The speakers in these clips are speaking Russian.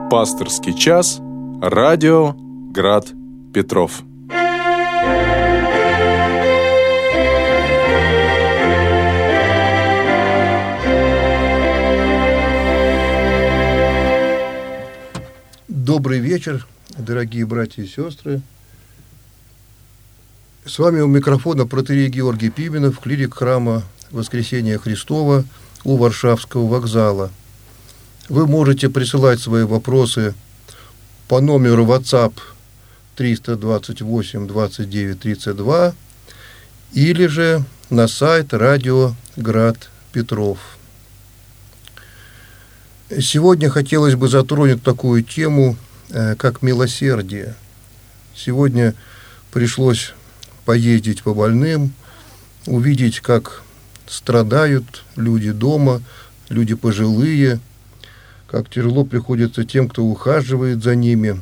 Пасторский час. Радио Град Петров. Добрый вечер, дорогие братья и сестры. С вами у микрофона протоиерей Георгий Пименов, клирик храма Воскресения Христова у Варшавского вокзала. Вы можете присылать свои вопросы по номеру WhatsApp 328 29 32 или же на сайт радио Град Петров. Сегодня хотелось бы затронуть такую тему, как милосердие. Сегодня пришлось поездить по больным, увидеть, как страдают люди дома, люди пожилые, как тяжело приходится тем, кто ухаживает за ними.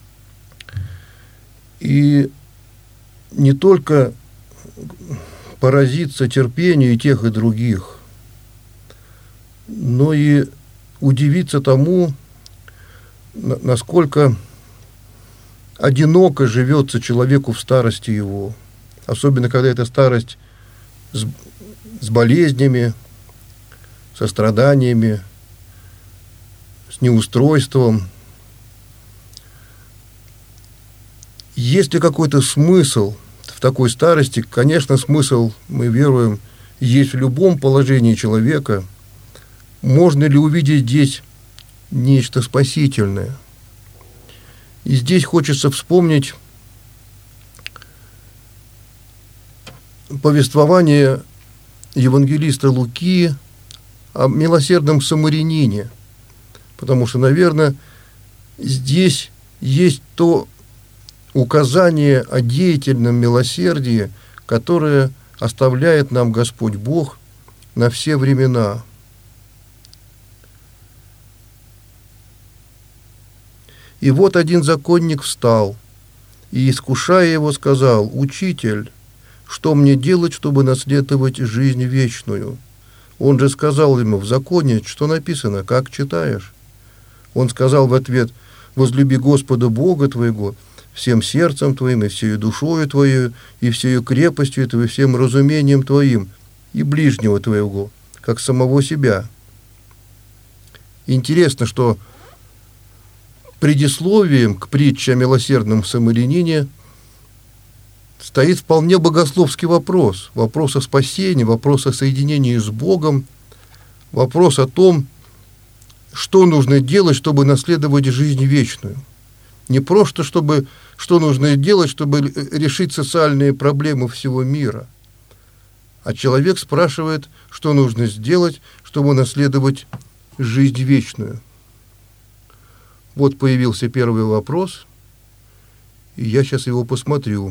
И не только поразиться терпению и тех, и других, но и удивиться тому, насколько одиноко живется человеку в старости его, особенно когда эта старость с болезнями, со страданиями, с неустройством. Есть ли какой-то смысл в такой старости? Конечно, смысл, мы веруем, есть в любом положении человека. Можно ли увидеть здесь нечто спасительное? И здесь хочется вспомнить повествование евангелиста Луки о милосердном самарянине, потому что, наверное, здесь есть то указание о деятельном милосердии, которое оставляет нам Господь Бог на все времена. И вот один законник встал и, искушая его, сказал: «Учитель, что мне делать, чтобы наследовать жизнь вечную?» Он же сказал ему: «В законе что написано, как читаешь?» Он сказал в ответ: «Возлюби Господа Бога твоего всем сердцем твоим, и всею душою твоей, и всею крепостью твоей, и всем разумением твоим, и ближнего твоего, как самого себя». Интересно, что предисловием к притче о милосердном самарянине стоит вполне богословский вопрос. Вопрос о спасении, вопрос о соединении с Богом, вопрос о том, что нужно делать, чтобы наследовать жизнь вечную. Не просто, что нужно делать, чтобы решить социальные проблемы всего мира, а человек спрашивает, что нужно сделать, чтобы наследовать жизнь вечную. Вот появился первый вопрос, и я сейчас его посмотрю.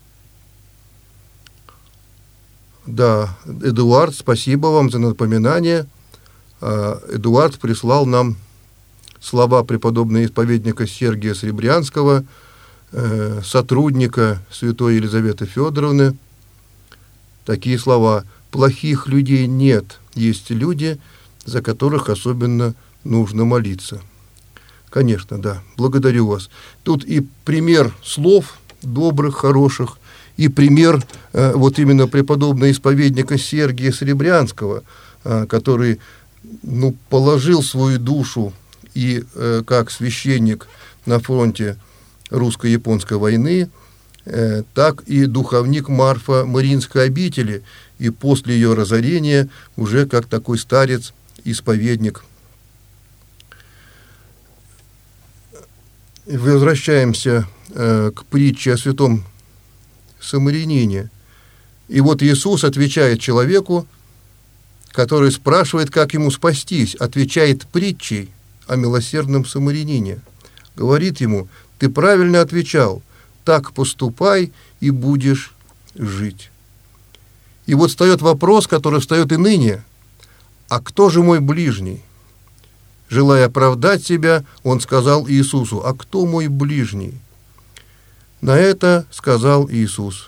Да, Эдуард, спасибо вам за напоминание. Эдуард прислал нам слова преподобного исповедника Сергия Сребрянского, сотрудника святой Елизаветы Федоровны. Такие слова: «Плохих людей нет, есть люди, за которых особенно нужно молиться». Конечно, да, благодарю вас. Тут и пример слов добрых, хороших, и пример вот именно преподобного исповедника Сергия Сребрянского, который положил свою душу и как священник на фронте русско-японской войны, так и духовник Марфа-Мариинской обители, и после ее разорения уже как такой старец-исповедник. Возвращаемся к притче о святом самарянине. И вот Иисус отвечает человеку, который спрашивает, как ему спастись, отвечает притчей о милосердном самарянине. Говорит ему: «Ты правильно отвечал, так поступай, и будешь жить». И вот встает вопрос, который встает и ныне: а кто же мой ближний? Желая оправдать себя, он сказал Иисусу: «А кто мой ближний?» На это сказал Иисус: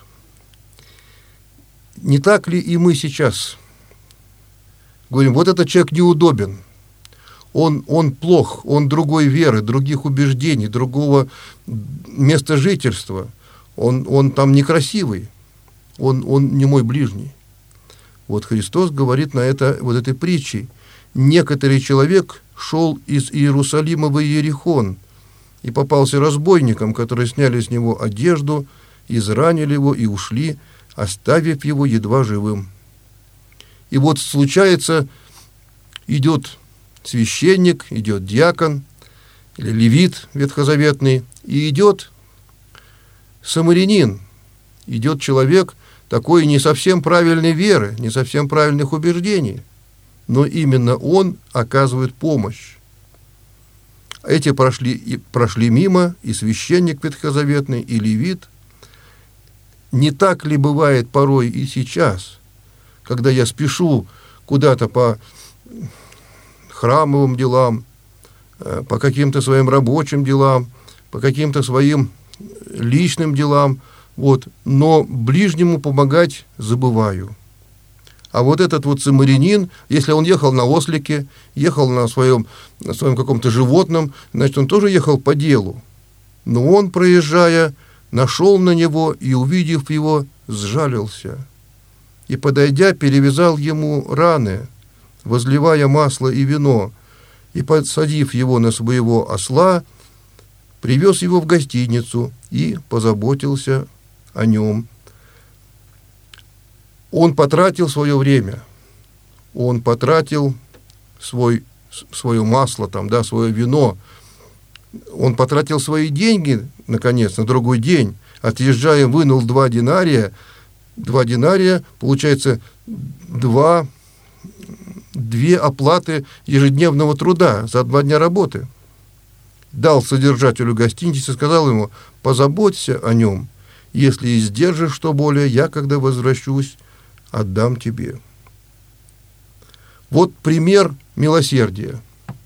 «Не так ли и мы сейчас говорим: вот этот человек неудобен, он плох, он другой веры, других убеждений, другого места жительства. Он там некрасивый, он не мой ближний. Вот Христос говорит на это вот этой притчей. Некоторый человек шел из Иерусалима в Иерихон и попался разбойникам, которые сняли с него одежду, изранили его и ушли, оставив его едва живым. И вот случается, идет священник, идет диакон или левит ветхозаветный, и идет самарянин, идет человек такой не совсем правильной веры, не совсем правильных убеждений, но именно он оказывает помощь. Эти прошли мимо, и священник ветхозаветный, и левит. Не так ли бывает порой и сейчас, когда я спешу куда-то по храмовым делам, по каким-то своим рабочим делам, по каким-то своим личным делам, вот, но ближнему помогать забываю. А вот этот вот самарянин, если он ехал на ослике, ехал на своем каком-то животном, значит, он тоже ехал по делу. Но он, проезжая, нашел на него и, увидев его, сжалился. И, подойдя, перевязал ему раны, возливая масло и вино, и, подсадив его на своего осла, привез его в гостиницу и позаботился о нем. Он потратил свое время, он потратил свое масло, свое вино, он потратил свои деньги, наконец, на другой день, отъезжая, вынул 2 динария, получается, 2 оплаты ежедневного труда за 2 дня работы. Дал содержателю гостиницы, сказал ему: позаботься о нем, если издержишь что более, я, когда возвращусь, отдам тебе. Вот пример милосердия.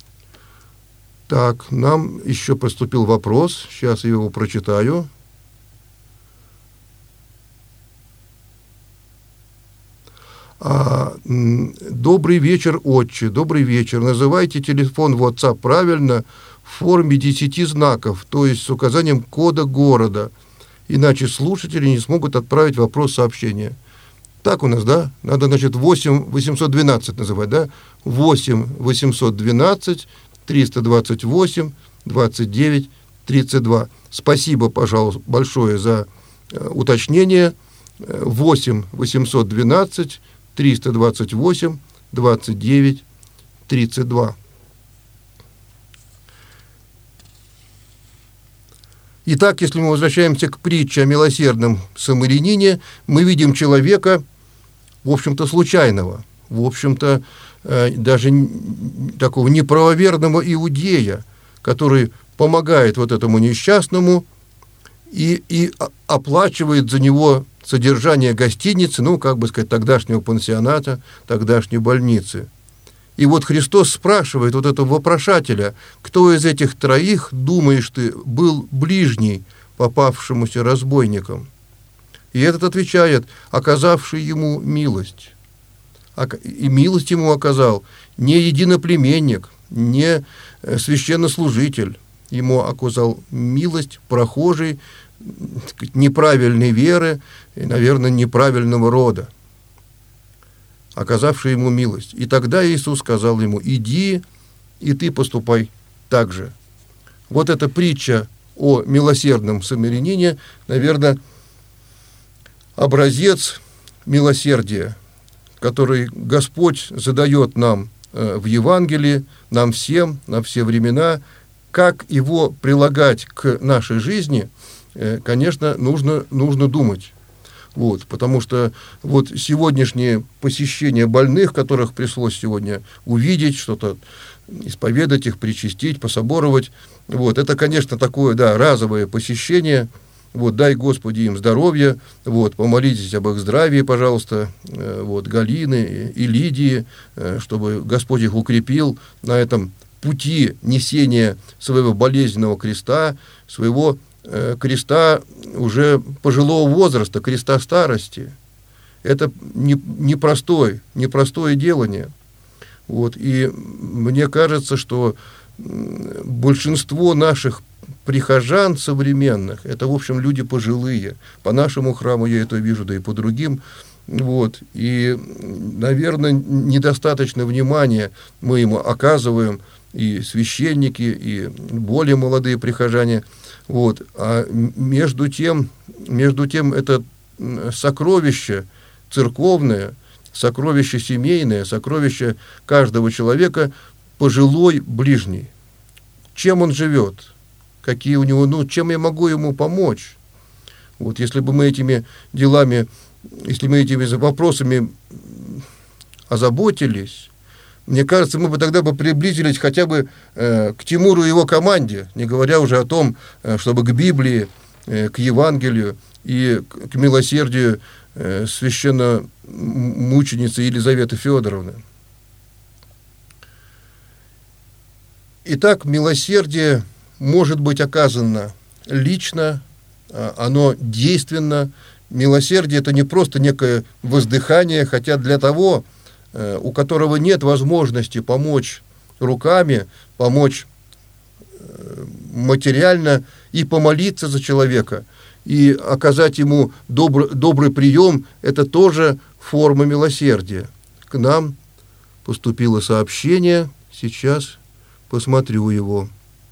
Так, нам еще поступил вопрос, сейчас я его прочитаю. Добрый вечер, отче, добрый вечер. Называйте телефон WhatsApp правильно, в форме 10 знаков, то есть с указанием кода города, иначе слушатели не смогут отправить вопрос сообщения. Так у нас, да? Надо, значит, 8 812 называть, да? 8 812 328 29 32. Спасибо, пожалуйста, большое за уточнение. 8 812 328 29 32. Итак, если мы возвращаемся к притче о милосердном самарянине, мы видим человека, в общем-то, случайного, в общем-то, даже такого неправоверного иудея, который помогает вот этому несчастному и оплачивает за него содержание гостиницы, тогдашнего пансионата, тогдашней больницы. И вот Христос спрашивает вот этого вопрошателя: кто из этих 3, думаешь ты, был ближний попавшемуся разбойникам? И этот отвечает: оказавший ему милость. И милость ему оказал не единоплеменник, не священнослужитель. Ему оказал милость прохожий, неправильной веры и, наверное, неправильного рода, оказавший ему милость. И тогда Иисус сказал ему: иди, и ты поступай так же. Вот эта притча о милосердном самарянине, наверное, образец милосердия, который Господь задает нам в Евангелии, нам всем, на все времена. Как его прилагать к нашей жизни, конечно, нужно думать. Вот, потому что вот сегодняшнее посещение больных, которых пришлось сегодня увидеть, что-то исповедать их, причастить, пособоровать, вот, это, конечно, такое, да, разовое посещение. Вот, дай Господи им здоровья, вот, помолитесь об их здравии, пожалуйста, вот, Галины и Лидии, чтобы Господь их укрепил на этом пути несения своего болезненного креста, своего креста уже пожилого возраста, креста старости. Это непростое делание. Вот. И мне кажется, что большинство наших прихожан современных, это, в общем, люди пожилые. По нашему храму я это вижу, да и по другим. Вот. И, наверное, недостаточно внимания мы ему оказываем, и священники, и более молодые прихожане. Вот. А между тем это сокровище церковное, сокровище семейное, сокровище каждого человека, пожилой ближний. Чем он живет? Какие у него, чем я могу ему помочь? Вот если бы мы этими делами, если мы этими вопросами озаботились, мне кажется, мы бы тогда приблизились хотя бы к Тимуру и его команде, не говоря уже о том, чтобы к Библии, к Евангелию и к милосердию священномученицы Елизаветы Федоровны. Итак, милосердие может быть оказано лично, оно действенно. Милосердие – это не просто некое воздыхание, хотя для того, у которого нет возможности помочь руками, помочь материально и помолиться за человека, и оказать ему добрый прием – это тоже форма милосердия. К нам поступило сообщение, сейчас посмотрю его.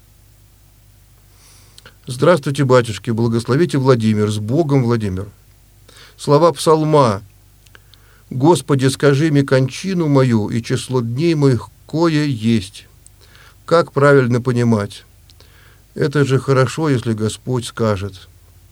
Здравствуйте, батюшки, благословите Владимир, с Богом, Владимир. Слова псалма: «Господи, скажи мне кончину мою и число дней моих, кое есть». Как правильно понимать? Это же хорошо, если Господь скажет.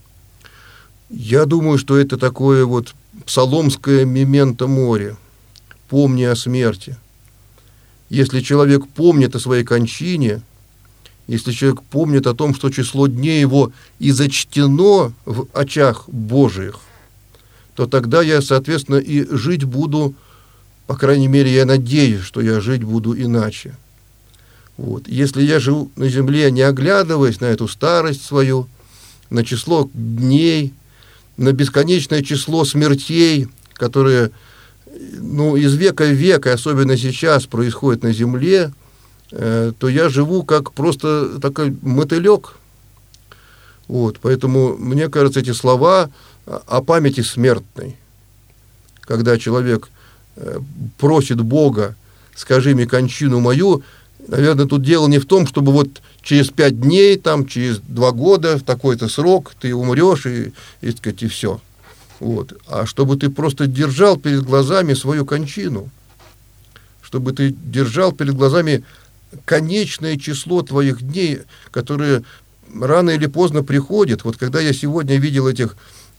Я думаю, что это такое вот псаломское мементо мори, помни о смерти. Если человек помнит о своей кончине, если человек помнит о том, что число дней его и зачтено в очах Божиих, то тогда я, соответственно, и жить буду, по крайней мере, я надеюсь, что я жить буду иначе. Вот. Если я живу на земле, не оглядываясь на эту старость свою, на число дней, на бесконечное число смертей, которые из века в век, и особенно сейчас, происходят на земле, то я живу как просто такой мотылек. Вот. Поэтому, мне кажется, эти слова о памяти смертной, когда человек просит Бога: скажи мне кончину мою, наверное, тут дело не в том, чтобы вот через 5 дней, там, через 2 года, в такой-то срок ты умрешь, и все. Вот. А чтобы ты просто держал перед глазами свою кончину, чтобы ты держал перед глазами конечное число твоих дней, которые рано или поздно приходят. Вот когда я сегодня видел этих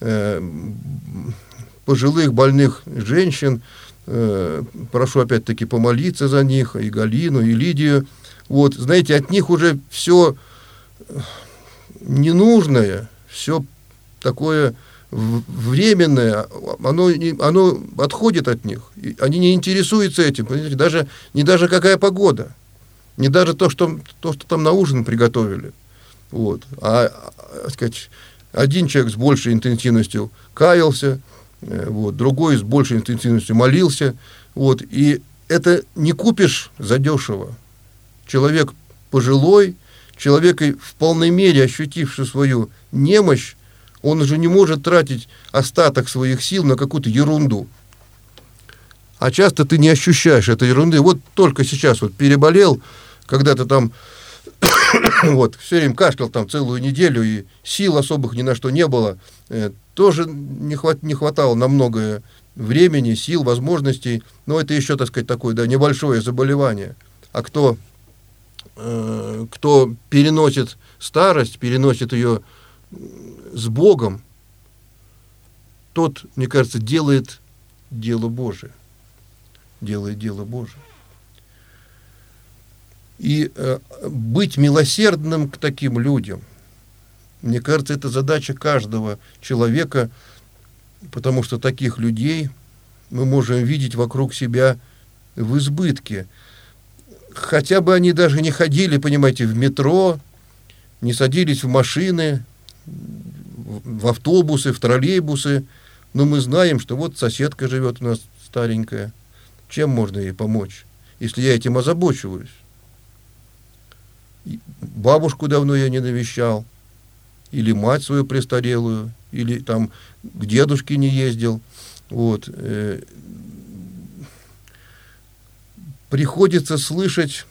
пожилых больных женщин, прошу опять-таки помолиться за них, и Галину, и Лидию. Вот, знаете, от них уже все ненужное, все такое временное, оно отходит от них. Они не интересуются этим, понимаете, не даже какая погода, не даже то, что там на ужин приготовили. Вот. Сказать, один человек с большей интенсивностью каялся, вот, другой с большей интенсивностью молился. Вот, и это не купишь задешево. Человек пожилой, человек в полной мере ощутивший свою немощь, он уже не может тратить остаток своих сил на какую-то ерунду. А часто ты не ощущаешь этой ерунды. Вот только сейчас вот переболел, когда-то там вот, все время кашлял там целую неделю, и сил особых ни на что не было. Тоже не хватало на многое времени, сил, возможностей. Но это еще, так сказать, такое, да, небольшое заболевание. А кто переносит старость, переносит ее с Богом, тот, мне кажется, делает дело Божие. Делает дело Божие. И быть милосердным к таким людям, мне кажется, это задача каждого человека, потому что таких людей мы можем видеть вокруг себя в избытке. Хотя бы они даже не ходили, понимаете, в метро, не садились в машины, в автобусы, в троллейбусы, но мы знаем, что вот соседка живет у нас старенькая, чем можно ей помочь? если я этим озабочиваюсь? Бабушку давно я не навещал, или мать свою престарелую, или там к дедушке не ездил. Вот. Приходится слышать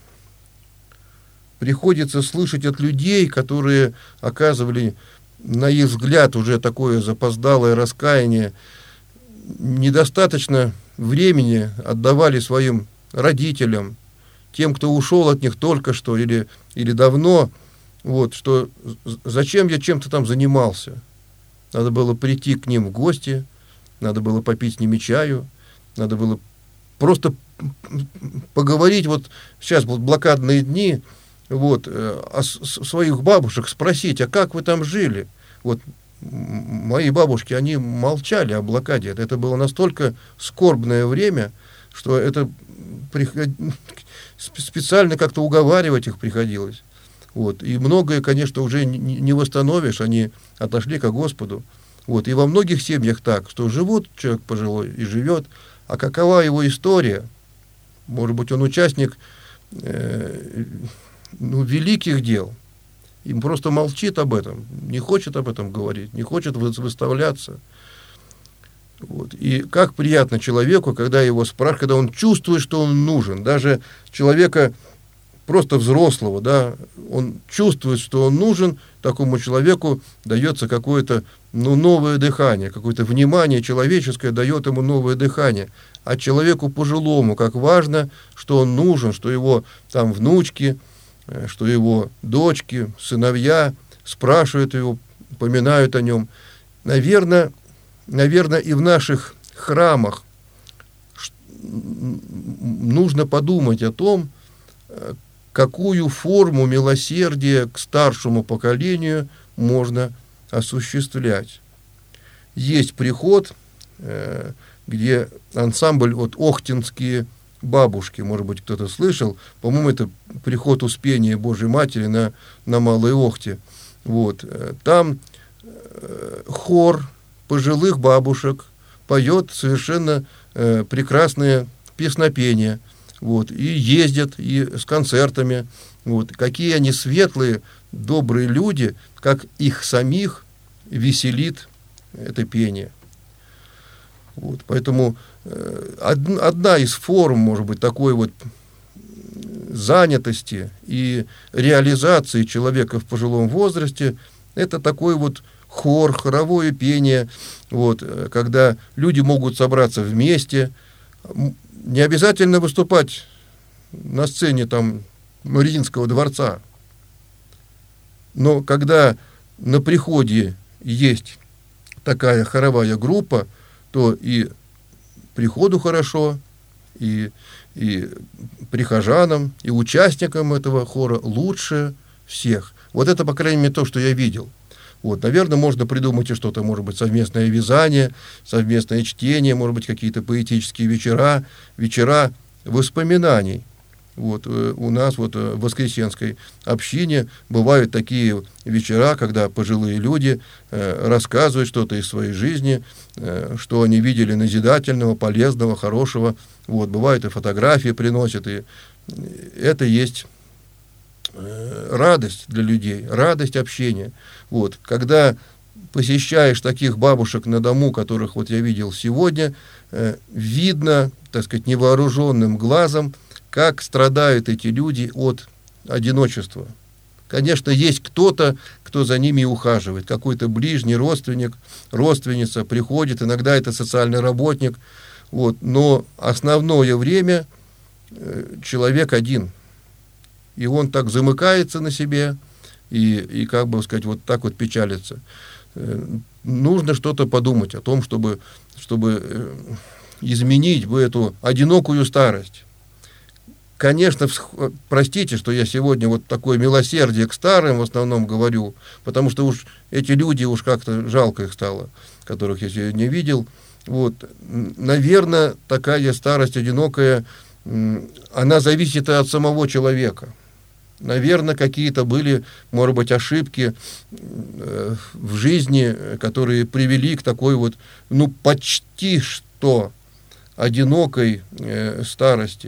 от людей, которые оказывали, на их взгляд, уже такое запоздалое раскаяние, недостаточно времени отдавали своим родителям, тем, кто ушел от них только что или давно, вот, что зачем я чем-то там занимался. Надо было прийти к ним в гости, надо было попить с ними чаю, надо было просто поговорить. Вот сейчас вот блокадные дни, вот, о своих бабушек спросить, а как вы там жили? Вот мои бабушки, они молчали о блокаде. Это было настолько скорбное время, что это специально как-то уговаривать их приходилось. Вот. И многое, конечно, уже не восстановишь, они отошли ко Господу. Вот. И во многих семьях так, что живут, человек пожилой и живет, а какова его история? Может быть, он участник великих дел, им просто молчит об этом, не хочет об этом говорить, не хочет выставляться. Вот. И как приятно человеку, когда его спрашивают, когда он чувствует, что он нужен. Даже человека просто взрослого, да, он чувствует, что он нужен, такому человеку дается какое-то новое дыхание, какое-то внимание человеческое дает ему новое дыхание. А человеку пожилому, как важно, что он нужен, что его там внучки, что его дочки, сыновья спрашивают его, поминают о нем. Наверное, и в наших храмах нужно подумать о том, какую форму милосердия к старшему поколению можно осуществлять. Есть приход, где ансамбль вот «Охтинские бабушки», может быть, кто-то слышал, по-моему, это приход Успения Божьей Матери на Малой Охте. Вот. Там хор пожилых бабушек поет совершенно прекрасные песнопения, вот, и ездят и с концертами. Вот. Какие они светлые, добрые люди, как их самих веселит это пение. Вот. Поэтому одна из форм, может быть, такой вот занятости и реализации человека в пожилом возрасте, это такой вот хор, хоровое пение, вот, когда люди могут собраться вместе, не обязательно выступать на сцене там Мариинского дворца, но когда на приходе есть такая хоровая группа, то и приходу хорошо, и прихожанам, и участникам этого хора лучше всех. Вот это, по крайней мере, то, что я видел. Вот, наверное, можно придумать и что-то, может быть, совместное вязание, совместное чтение, может быть, какие-то поэтические вечера воспоминаний. Вот, у нас вот в Воскресенской общине бывают такие вечера, когда пожилые люди рассказывают что-то из своей жизни, что они видели назидательного, полезного, хорошего. Вот, бывают и фотографии приносят, и это есть радость для людей, радость общения. Вот, когда посещаешь таких бабушек на дому, которых вот я видел сегодня, видно, так сказать, невооруженным глазом, как страдают эти люди от одиночества. Конечно, есть кто-то, кто за ними ухаживает, какой-то ближний родственник, родственница приходит, иногда это социальный работник, вот, но основное время человек один. И он так замыкается на себе и как бы сказать, вот так вот печалится. Нужно что-то подумать о том, чтобы изменить бы эту одинокую старость. Конечно, простите, что я сегодня вот такое милосердие к старым в основном говорю, потому что уж эти люди, уж как-то жалко их стало, которых я сегодня видел. Вот. Наверное, такая старость одинокая, она зависит от самого человека. Наверное, какие-то были, может быть, ошибки в жизни, которые привели к такой вот, почти что одинокой старости.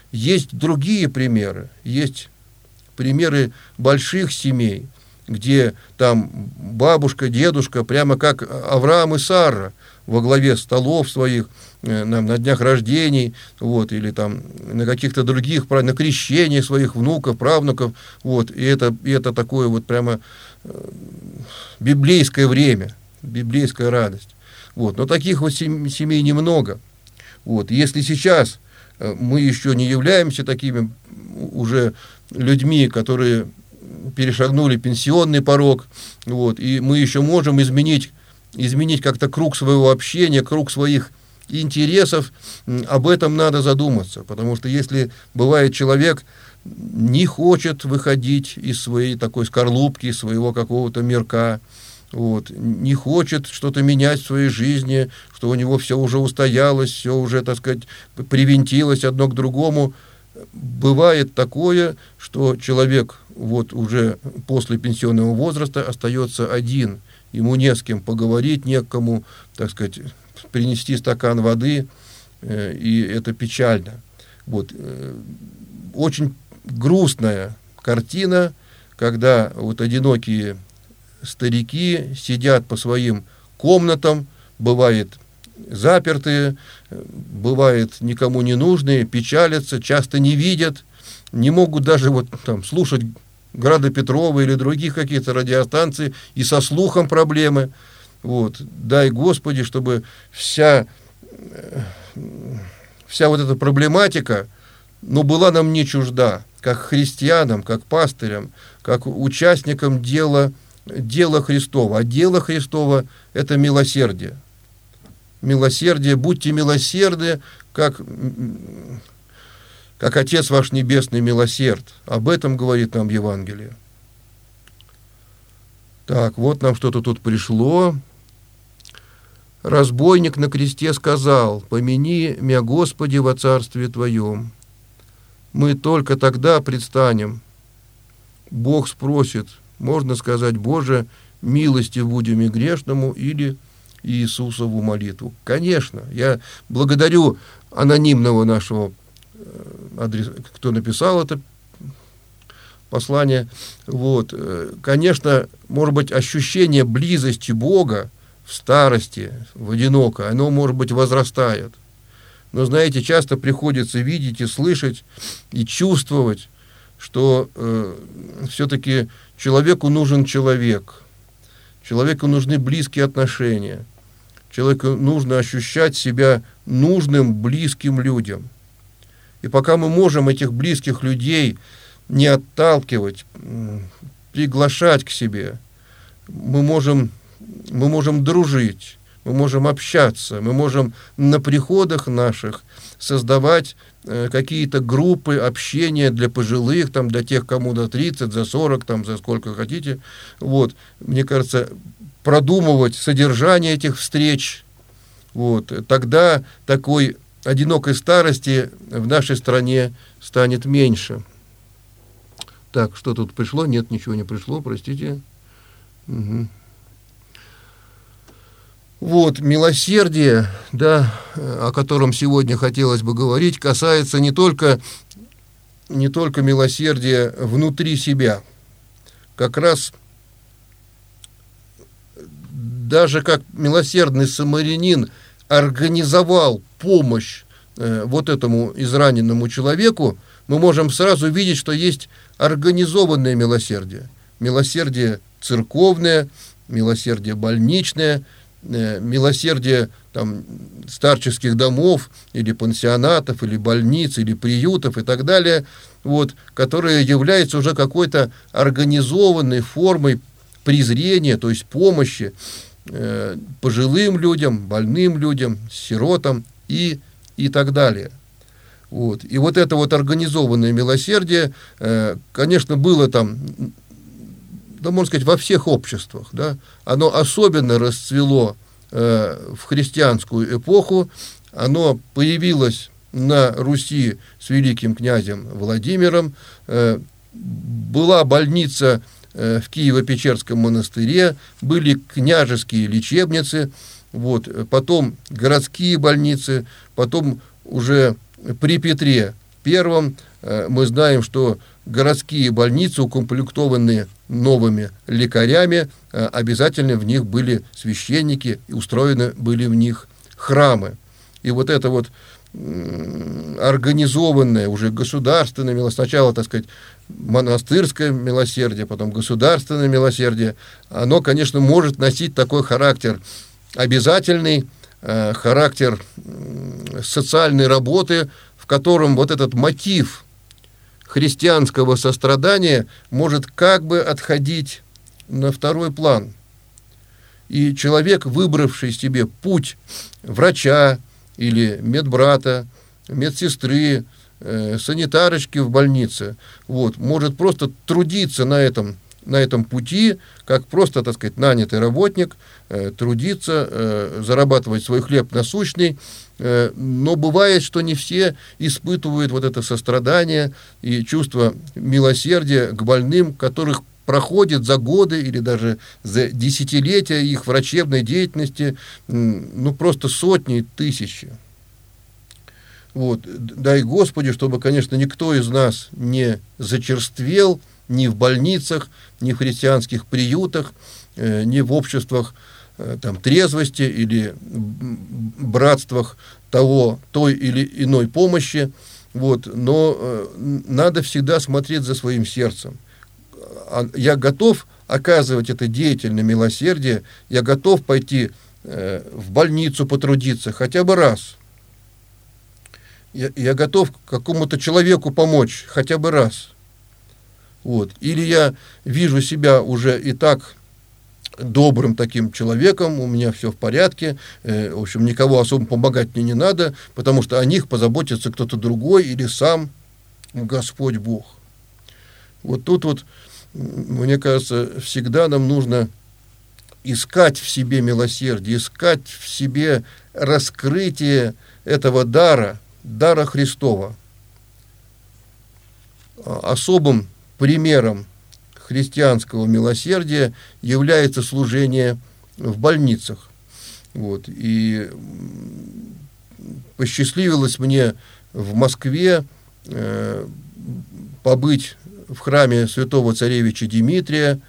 есть другие примеры. Есть примеры больших семей, где там бабушка, дедушка, прямо как Авраам и Сара, во главе столов своих, на днях рождений, вот, или там на каких-то других, на крещении своих внуков, правнуков, вот, и это такое вот прямо библейское время, библейская радость. Вот, но таких вот семей немного. Вот, если сейчас мы еще не являемся такими уже людьми, которые перешагнули пенсионный порог, вот, и мы еще можем изменить как-то круг своего общения, круг своих интересов, об этом надо задуматься, потому что если бывает человек не хочет выходить из своей такой скорлупки, из своего какого-то мирка, вот, не хочет что-то менять в своей жизни, что у него все уже устоялось, все уже, так сказать, привинтилось одно к другому, бывает такое, что человек вот уже после пенсионного возраста остается один, ему не с кем поговорить, не к кому, так сказать, принести стакан воды, и это печально. Вот. Очень грустная картина, когда вот одинокие старики сидят по своим комнатам, бывает запертые, бывает никому не нужные, печалятся, часто не видят, не могут даже вот там слушать Града Петрова или других каких-то радиостанций, и со слухом проблемы. Вот. Дай Господи, чтобы вся вот эта проблематика, была нам не чужда, как христианам, как пастырям, как участникам дела Христова. А дело Христова – это милосердие. Милосердие, будьте милосердны, как Отец ваш Небесный милосерд. Об этом говорит нам Евангелие. Так, вот нам что-то тут пришло. Разбойник на кресте сказал: «Помяни мя, Господи, во царстве Твоем». Мы только тогда предстанем. Бог спросит, можно сказать: «Боже, милостив будем и грешному» или Иисусову молитву. Конечно, я благодарю анонимного нашего адреса, кто написал это послание. Вот. Конечно, может быть, ощущение близости Бога в старости, в одиноко, оно, может быть, возрастает. Но, знаете, часто приходится видеть и слышать, и чувствовать, что все-таки человеку нужен человек. Человеку нужны близкие отношения. Человеку нужно ощущать себя нужным близким людям. И пока мы можем этих близких людей не отталкивать, приглашать к себе, мы можем дружить, мы можем общаться, мы можем на приходах наших создавать какие-то группы общения для пожилых, там, для тех, кому за 30, за 40, там, за сколько хотите. Вот. Мне кажется, продумывать содержание этих встреч, вот, тогда такой одинокой старости в нашей стране станет меньше. Так, что тут пришло? Нет, ничего не пришло, простите. Угу. Вот, милосердие, да, о котором сегодня хотелось бы говорить, касается не только милосердия внутри себя. Как раз даже как милосердный самарянин организовал помощь вот этому израненному человеку, мы можем сразу видеть, что есть организованное милосердие. Милосердие церковное, милосердие больничное, милосердие там, старческих домов или пансионатов, или больниц, или приютов и так далее, вот, которые являются уже какой-то организованной формой презрения, то есть помощи пожилым людям, больным людям, сиротам и так далее. Вот. И вот это вот организованное милосердие, конечно, было там, да, можно сказать, во всех обществах, да, оно особенно расцвело в христианскую эпоху, оно появилось на Руси с великим князем Владимиром, была больница в Киево-Печерском монастыре, были княжеские лечебницы, вот, потом городские больницы, потом уже при Петре Первом мы знаем, что городские больницы, укомплектованные новыми лекарями, обязательно в них были священники, и устроены были в них храмы. И вот это вот организованное уже государственное милосердие, сначала, так сказать, монастырское милосердие, потом государственное милосердие, оно, конечно, может носить такой характер обязательный, характер социальной работы, в котором вот этот мотив христианского сострадания может как бы отходить на второй план. И человек, выбравший себе путь врача или медбрата, медсестры, санитарочки в больнице, вот, может просто трудиться на этом пути, как просто, так сказать, нанятый работник, трудиться, зарабатывать свой хлеб насущный, но бывает, что не все испытывают вот это сострадание и чувство милосердия к больным, которых проходит за годы или даже за десятилетия их врачебной деятельности, ну, просто сотни, тысячи. Вот. Дай Господи, чтобы, конечно, никто из нас не зачерствел ни в больницах, ни в христианских приютах, ни в обществах там, трезвости или братствах той или иной помощи. Вот. Но надо всегда смотреть за своим сердцем. Я готов оказывать это деятельное милосердие, я готов пойти в больницу потрудиться хотя бы раз. Я готов какому-то человеку помочь хотя бы раз. Вот. Или я вижу себя уже и так добрым таким человеком, у меня все в порядке, в общем, никого особо помогать мне не надо, потому что о них позаботится кто-то другой или сам Господь Бог. Вот тут вот, мне кажется, всегда нам нужно искать в себе милосердие, искать в себе раскрытие этого дара Христова. Особым примером христианского милосердия является служение в больницах. Вот. И посчастливилось мне в Москве побыть в храме святого царевича Димитрия,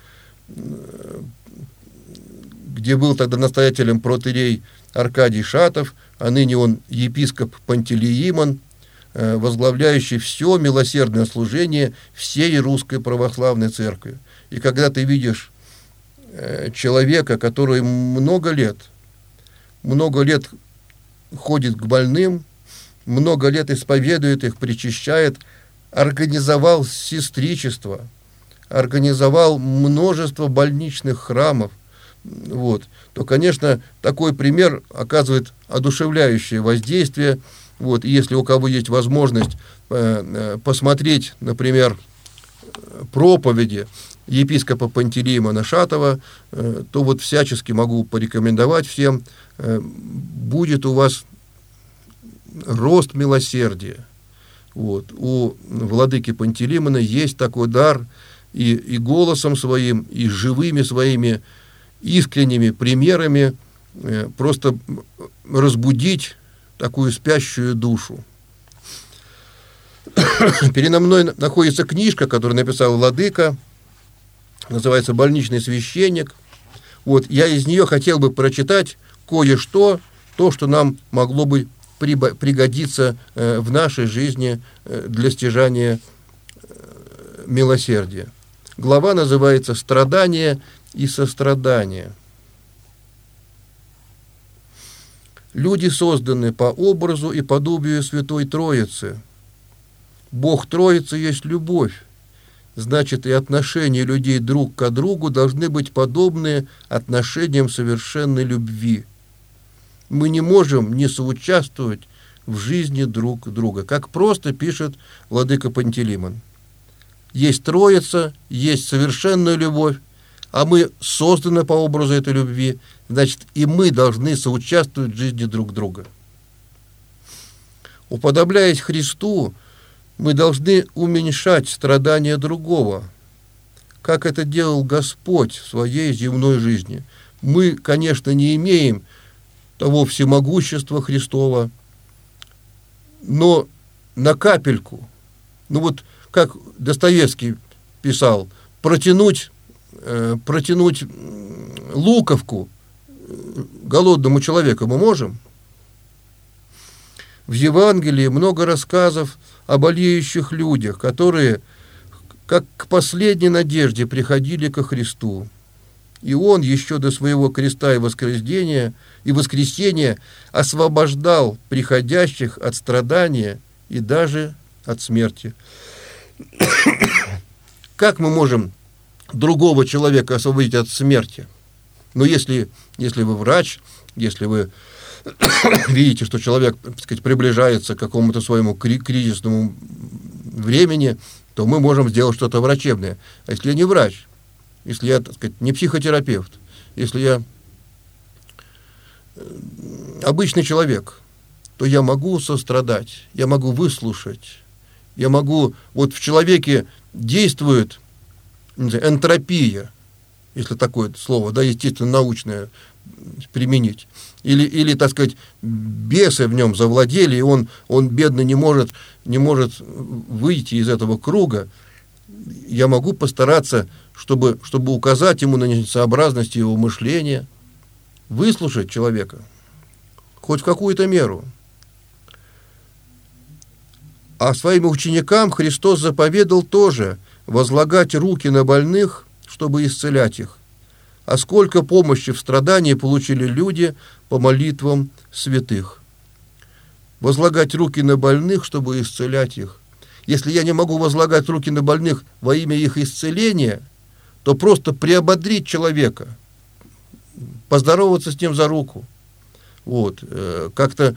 где был тогда настоятелем протоиерей Аркадий Шатов, а ныне он епископ Пантелеимон, возглавляющий все милосердное служение всей русской православной церкви. И когда ты видишь человека, который много лет ходит к больным, много лет исповедует их, причащает, организовал сестричество, организовал множество больничных храмов, вот, то, конечно, такой пример оказывает одушевляющее воздействие. Вот, и если у кого есть возможность посмотреть, например, проповеди епископа Пантелеимона Шатова, то вот всячески могу порекомендовать всем, будет у вас рост милосердия. Вот. У владыки Пантелеимона есть такой дар и голосом своим, и живыми своими искренними примерами просто разбудить такую спящую душу. Передо мной находится книжка, которую написал владыка, называется «Больничный священник». Вот, я из нее хотел бы прочитать кое-что, то, что нам могло бы пригодиться в нашей жизни для стяжания милосердия. Глава называется «Страдание и сострадание». Люди созданы по образу и подобию Святой Троицы. Бог Троицы есть любовь. Значит, и отношения людей друг к другу должны быть подобны отношениям совершенной любви. Мы не можем не соучаствовать в жизни друг друга, как просто пишет владыка Пантелеимон. Есть Троица, есть совершенная любовь, а мы созданы по образу этой любви, значит, и мы должны соучаствовать в жизни друг друга. Уподобляясь Христу, мы должны уменьшать страдания другого, как это делал Господь в своей земной жизни. Мы, конечно, не имеем того всемогущества Христова, но на капельку Ну вот, как Достоевский писал, протянуть луковку голодному человеку мы можем? В Евангелии много рассказов о болеющих людях, которые, как к последней надежде, приходили ко Христу. И Он еще до своего креста и воскресения освобождал приходящих от страдания и даже от смерти. Как мы можем другого человека освободить от смерти? Но если вы врач, если вы видите, что человек, так сказать, приближается к какому-то своему кризисному времени, то мы можем сделать что-то врачебное. А если я не врач, если я, так сказать, не психотерапевт, если я обычный человек, то я могу сострадать, я могу выслушать, я могу... Вот в человеке действует, не знаю, энтропия, если такое слово, да, естественно, научное применить. Или, так сказать, бесы в нем завладели, и он бедно не может выйти из этого круга. Я могу постараться, чтобы указать ему на несообразность его мышления, выслушать человека, хоть в какую-то меру. А своим ученикам Христос заповедал тоже возлагать руки на больных, чтобы исцелять их. А сколько помощи в страдании получили люди по молитвам святых. Возлагать руки на больных, чтобы исцелять их. Если я не могу возлагать руки на больных во имя их исцеления, то просто приободрить человека, поздороваться с ним за руку, вот, как-то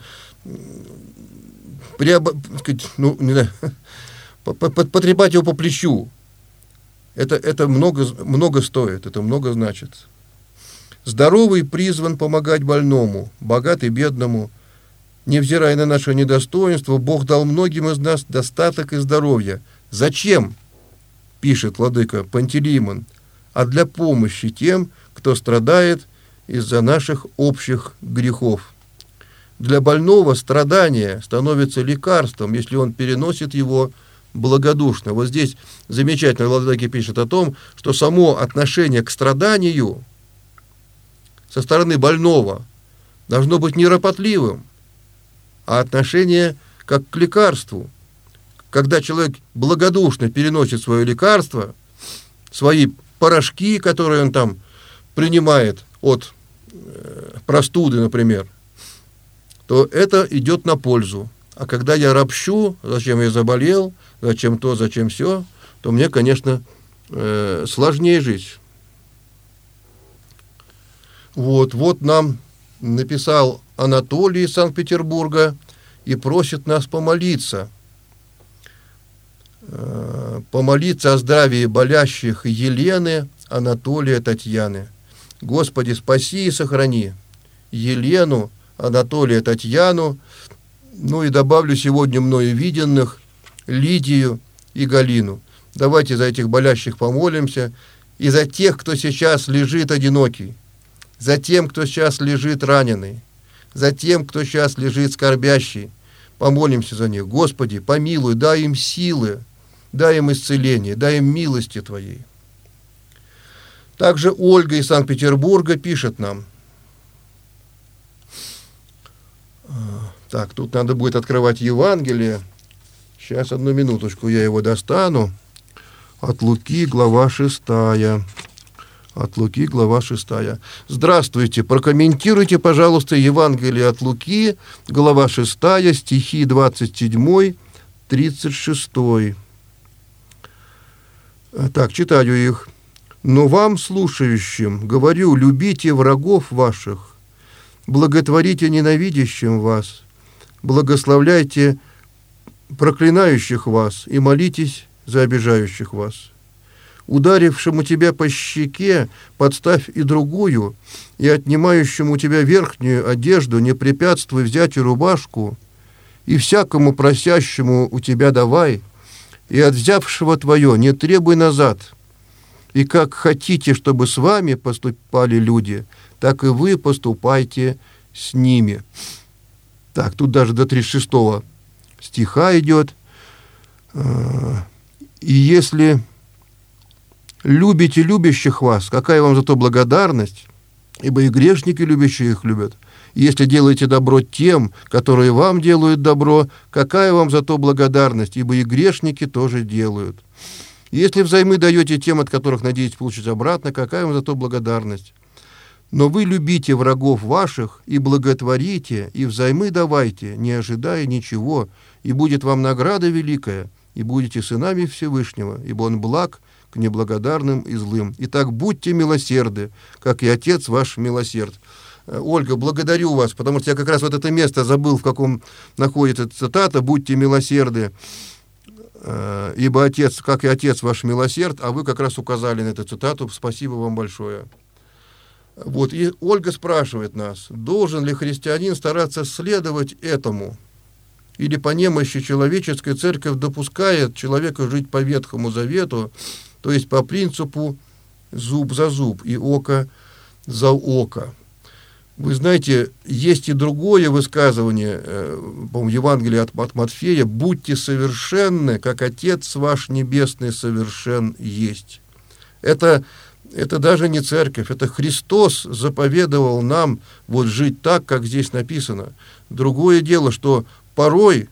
потрепать его по плечу. Это много стоит, это много значит. Здоровый призван помогать больному, богатый бедному. Невзирая на наше недостоинство, Бог дал многим из нас достаток и здоровье. Зачем? Пишет владыка Пантелеймон. А для помощи тем, кто страдает из-за наших общих грехов. Для больного страдание становится лекарством, если он переносит его благодушно. Вот здесь замечательно владыка пишет о том, что само отношение к страданию со стороны больного должно быть не ропотливым, а отношение как к лекарству. Когда человек благодушно переносит свое лекарство, свои порошки, которые он там принимает от простуды, например, то это идет на пользу. А когда я ропщу, зачем я заболел, зачем то, зачем все, то мне, конечно, сложнее жить. Вот нам написал Анатолий из Санкт-Петербурга и просит нас помолиться. Помолиться о здравии болящих Елены, Анатолия, Татьяны. Господи, спаси и сохрани Елену, Анатолия, Татьяну, ну и добавлю сегодня мною виденных Лидию и Галину. Давайте за этих болящих помолимся и за тех, кто сейчас лежит одинокий, за тем, кто сейчас лежит раненый, за тем, кто сейчас лежит скорбящий. Помолимся за них. Господи, помилуй, дай им силы, дай им исцеление, дай им милости Твоей. Также Ольга из Санкт-Петербурга пишет нам. Так, тут надо будет открывать Евангелие. Сейчас, одну минуточку, я его достану. От Луки, глава 6. От Луки, глава 6. Здравствуйте, прокомментируйте, пожалуйста, Евангелие от Луки, глава 6, стихи 27, 36. Так, читаю их. «Но вам, слушающим, говорю, любите врагов ваших, благотворите ненавидящим вас, благословляйте проклинающих вас и молитесь за обижающих вас. Ударившему тебя по щеке подставь и другую, и отнимающему у тебя верхнюю одежду не препятствуй взять и рубашку, и всякому просящему у тебя давай, и от взявшего твое не требуй назад. И как хотите, чтобы с вами поступали люди, так и вы поступайте с ними». Так, тут даже до 36 стиха идет. И если любите любящих вас, какая вам за то благодарность, ибо и грешники любящие их любят. И если делаете добро тем, которые вам делают добро, какая вам за то благодарность, ибо и грешники тоже делают. И если взаймы даете тем, от которых надеетесь получить обратно, какая вам за то благодарность. Но вы любите врагов ваших и благотворите, и взаймы давайте, не ожидая ничего, и будет вам награда великая, и будете сынами Всевышнего, ибо Он благ к неблагодарным и злым. Итак, будьте милосерды, как и Отец ваш милосерд. Ольга, благодарю вас, потому что я как раз вот это место забыл, в каком находится цитата: «Будьте милосерды, ибо Отец, как и Отец ваш милосерд», а вы как раз указали на эту цитату. Спасибо вам большое. Вот, и Ольга спрашивает нас, должен ли христианин стараться следовать этому? Или по немощи человеческой церковь допускает человека жить по Ветхому Завету, то есть по принципу зуб за зуб и око за око? Вы знаете, есть и другое высказывание, по-моему, Евангелие от Матфея: «Будьте совершенны, как Отец ваш Небесный совершен есть». Это даже не церковь, это Христос заповедовал нам вот жить так, как здесь написано. Другое дело, что порой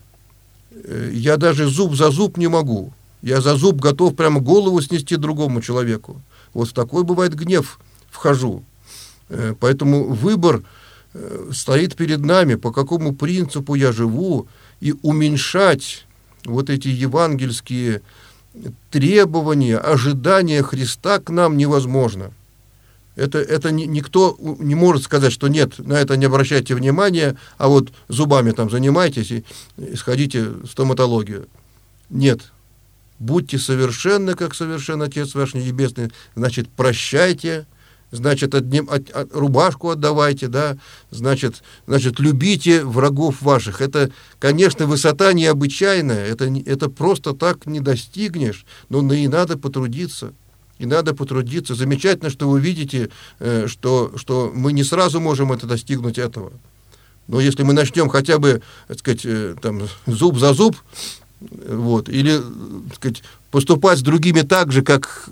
я даже зуб за зуб не могу. Я за зуб готов прямо голову снести другому человеку. Вот в такой, бывает, гнев вхожу. Поэтому выбор стоит перед нами, по какому принципу я живу, и уменьшать вот эти евангельские требования, ожидания Христа к нам невозможно. Это никто не может сказать, что нет, на это не обращайте внимания, а вот зубами там занимайтесь и сходите в стоматологию. Нет. Будьте совершенны, как совершен Отец ваш Небесный. Значит, прощайте, значит, рубашку отдавайте, да, значит, любите врагов ваших. Это, конечно, высота необычайная, это просто так не достигнешь, но и надо потрудиться. И надо потрудиться. Замечательно, что вы видите, что мы не сразу можем достигнуть этого. Но если мы начнем хотя бы, так сказать, там, зуб за зуб, вот, или, так сказать, поступать с другими так же, как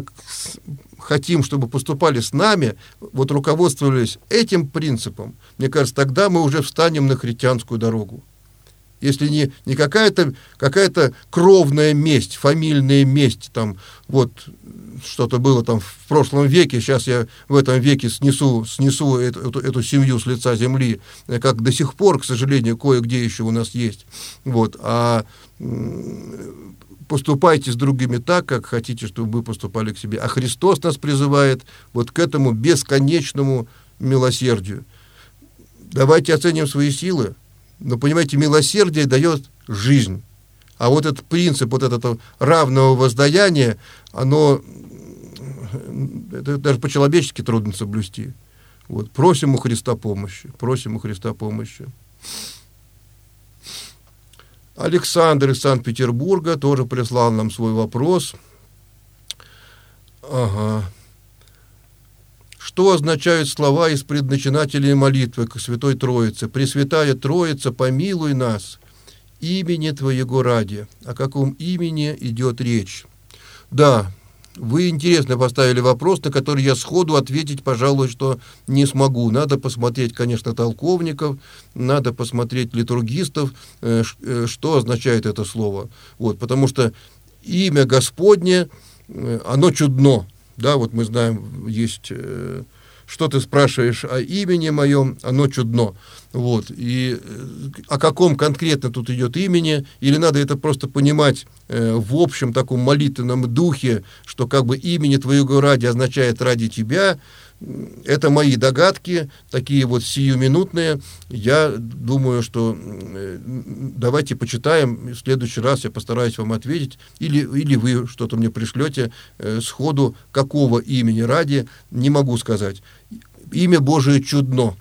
хотим, чтобы поступали с нами, вот руководствовались этим принципом, мне кажется, тогда мы уже встанем на христианскую дорогу. Если не какая-то кровная месть, фамильная месть, там, вот, что-то было там в прошлом веке, сейчас я в этом веке снесу эту семью с лица земли, как до сих пор, к сожалению, кое-где еще у нас есть. Вот, а поступайте с другими так, как хотите, чтобы вы поступали к себе. А Христос нас призывает вот к этому бесконечному милосердию. Давайте оценим свои силы. Но, понимаете, милосердие дает жизнь. А вот этот принцип вот этого равного воздаяния, это даже по-человечески трудно соблюсти. Вот. Просим у Христа помощи. Александр из Санкт-Петербурга тоже прислал нам свой вопрос. Что означают слова из предначинателей молитвы к Святой Троице? «Пресвятая Троица, помилуй нас, имени Твоего ради». О каком имени идет речь? Да, вы интересно поставили вопрос, на который я сходу ответить, пожалуй, что не смогу. Надо посмотреть, конечно, толковников, надо посмотреть литургистов, что означает это слово. Вот, потому что имя Господне, оно чудно. Да, вот мы знаем, есть, что ты спрашиваешь о имени моем, оно чудно. Вот, и о каком конкретно тут идет имени, или надо это просто понимать в общем таком молитвенном духе, что как бы имени Твоего ради означает ради Тебя. Это мои догадки, такие вот сиюминутные. Я думаю, что давайте почитаем, в следующий раз я постараюсь вам ответить, или вы что-то мне пришлете сходу, какого имени ради, не могу сказать. Имя Божие чудно.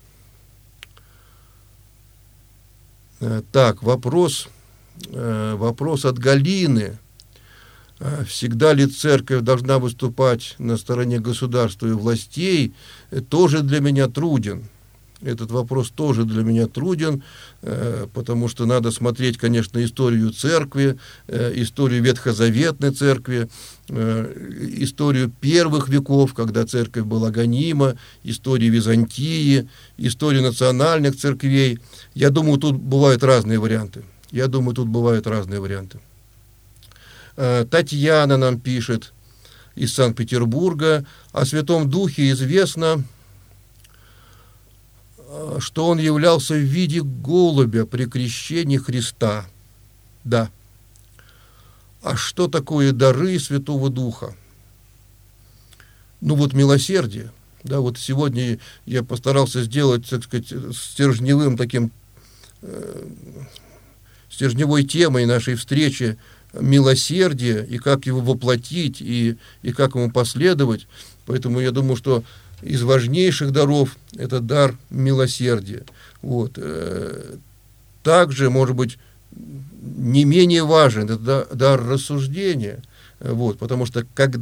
Так, вопрос от Галины. Всегда ли церковь должна выступать на стороне государства и властей, тоже для меня труден. Этот вопрос тоже для меня труден, потому что надо смотреть, конечно, историю церкви, историю Ветхозаветной церкви, историю первых веков, когда церковь была гонима, историю Византии, историю национальных церквей. Я думаю, тут бывают разные варианты. Татьяна нам пишет из Санкт-Петербурга: о Святом Духе известно, что он являлся в виде голубя при крещении Христа. Да. А что такое дары Святого Духа? Ну вот милосердие. Да, вот сегодня я постарался сделать, так сказать, стержневой темой нашей встречи милосердие, и как его воплотить, и как ему последовать. Поэтому я думаю, что из важнейших даров это дар милосердия. Вот. Также, может быть, не менее важен это дар рассуждения. Вот. Потому что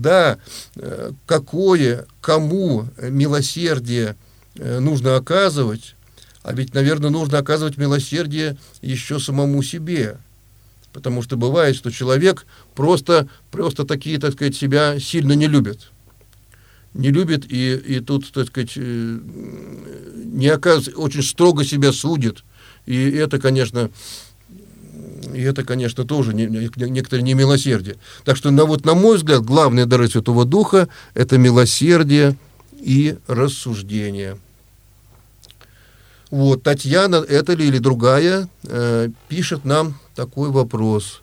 кому милосердие нужно оказывать, а ведь, наверное, нужно оказывать милосердие еще самому себе. Потому что бывает, что человек просто такие, так сказать, себя сильно не любит. И тут, так сказать, не оказывается, очень строго себя судит. И это, конечно, тоже некоторое немилосердие. Так что, на мой взгляд, главные дары Святого Духа – это милосердие и рассуждение. Вот, Татьяна, это ли или другая, пишет нам такой вопрос.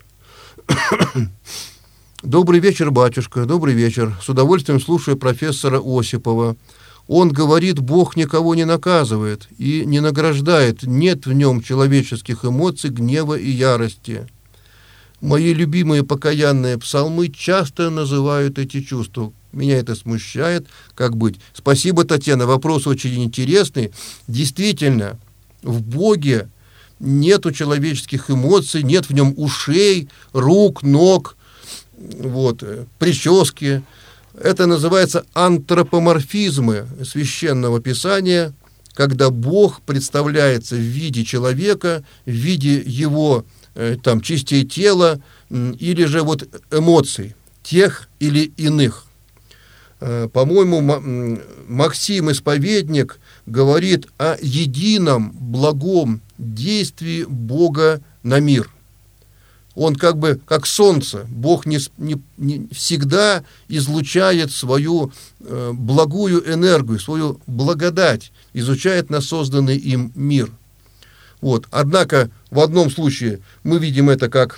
Добрый вечер, батюшка, добрый вечер. С удовольствием слушаю профессора Осипова. Он говорит, Бог никого не наказывает и не награждает, нет в нем человеческих эмоций, гнева и ярости. Мои любимые покаянные псалмы часто называют эти чувства. Меня это смущает. Как быть? Спасибо, Татьяна, вопрос очень интересный. Действительно, в Боге нету человеческих эмоций, нет в нем ушей, рук, ног, прически. Это называется антропоморфизмы Священного Писания, когда Бог представляется в виде человека, в виде его частей тела или же эмоций, тех или иных. По-моему, Максим Исповедник говорит о едином благом действии Бога на мир. Он как солнце. Бог не всегда излучает свою благую энергию, свою благодать, излучает на созданный им мир. Однако в одном случае мы видим это как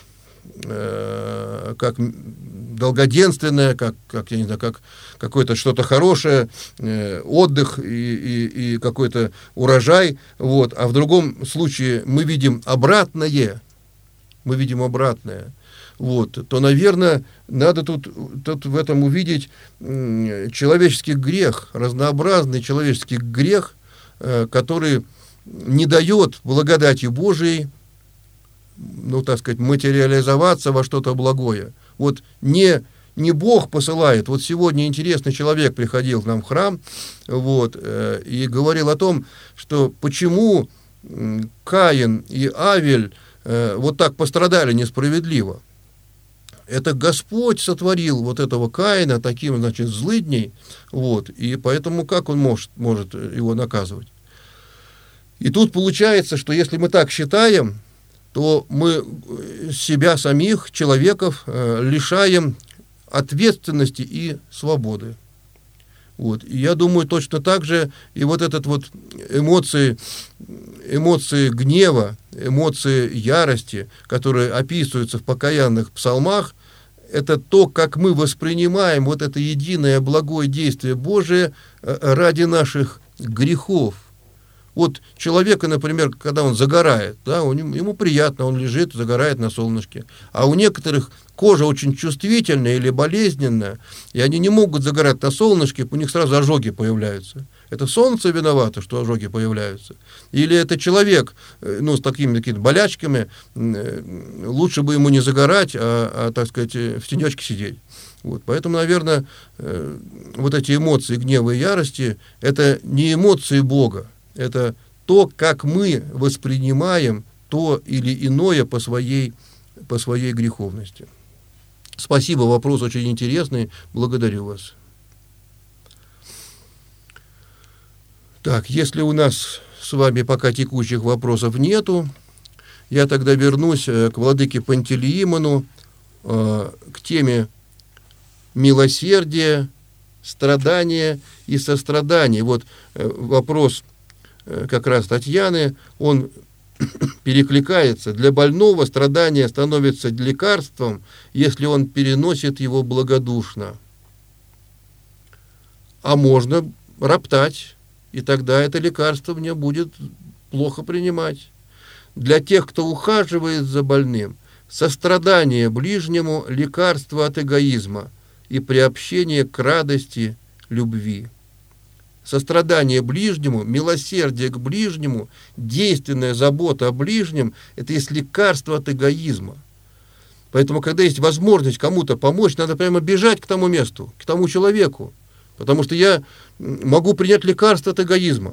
долгоденственное, как какое-то что-то хорошее, отдых и какой-то урожай. А в другом случае мы видим обратное, то, наверное, надо тут в этом увидеть человеческий грех, разнообразный человеческий грех, который не дает благодати Божией, материализоваться во что-то благое. Не Бог посылает. Сегодня интересный человек приходил к нам в храм, и говорил о том, что почему Каин и Авель так пострадали несправедливо. Это Господь сотворил этого Каина таким, злыдней, и поэтому как он может его наказывать? И тут получается, что если мы так считаем, то мы себя самих, человеков, лишаем ответственности и свободы. И я думаю, точно так же и эмоции гнева, эмоции ярости, которые описываются в покаянных псалмах, это то, как мы воспринимаем это единое благое действие Божие ради наших грехов. Человека, например, когда он загорает, ему приятно, он лежит, загорает на солнышке. А у некоторых кожа очень чувствительная или болезненная, и они не могут загорать на солнышке, у них сразу ожоги появляются. Это солнце виновато, что ожоги появляются? Или это человек, с такими болячками, лучше бы ему не загорать, в тенечке сидеть. Поэтому, наверное, эти эмоции гнева и ярости, это не эмоции Бога, это то, как мы воспринимаем то или иное по своей греховности. Спасибо, вопрос очень интересный, благодарю вас. Так, если у нас с вами пока текущих вопросов нету, я тогда вернусь к владыке Пантелеимону, к теме милосердия, страдания и сострадания. Вот вопрос как раз Татьяны, он перекликается. Для больного страдание становится лекарством, если он переносит его благодушно. А можно роптать, и тогда это лекарство мне будет плохо принимать. Для тех, кто ухаживает за больным, сострадание ближнему – лекарство от эгоизма и приобщение к радости любви. Сострадание ближнему, милосердие к ближнему, действенная забота о ближнем – это есть лекарство от эгоизма. Поэтому, когда есть возможность кому-то помочь, надо прямо бежать к тому месту, к тому человеку, потому что я могу принять лекарство от эгоизма.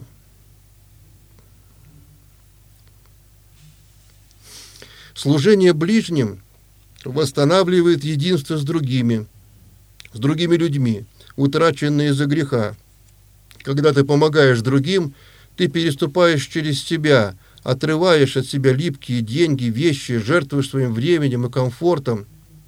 Служение ближним восстанавливает единство с другими людьми, утраченные из-за греха. Когда ты помогаешь другим, ты переступаешь через себя, отрываешь от себя липкие деньги, вещи, жертвуешь своим временем и комфортом.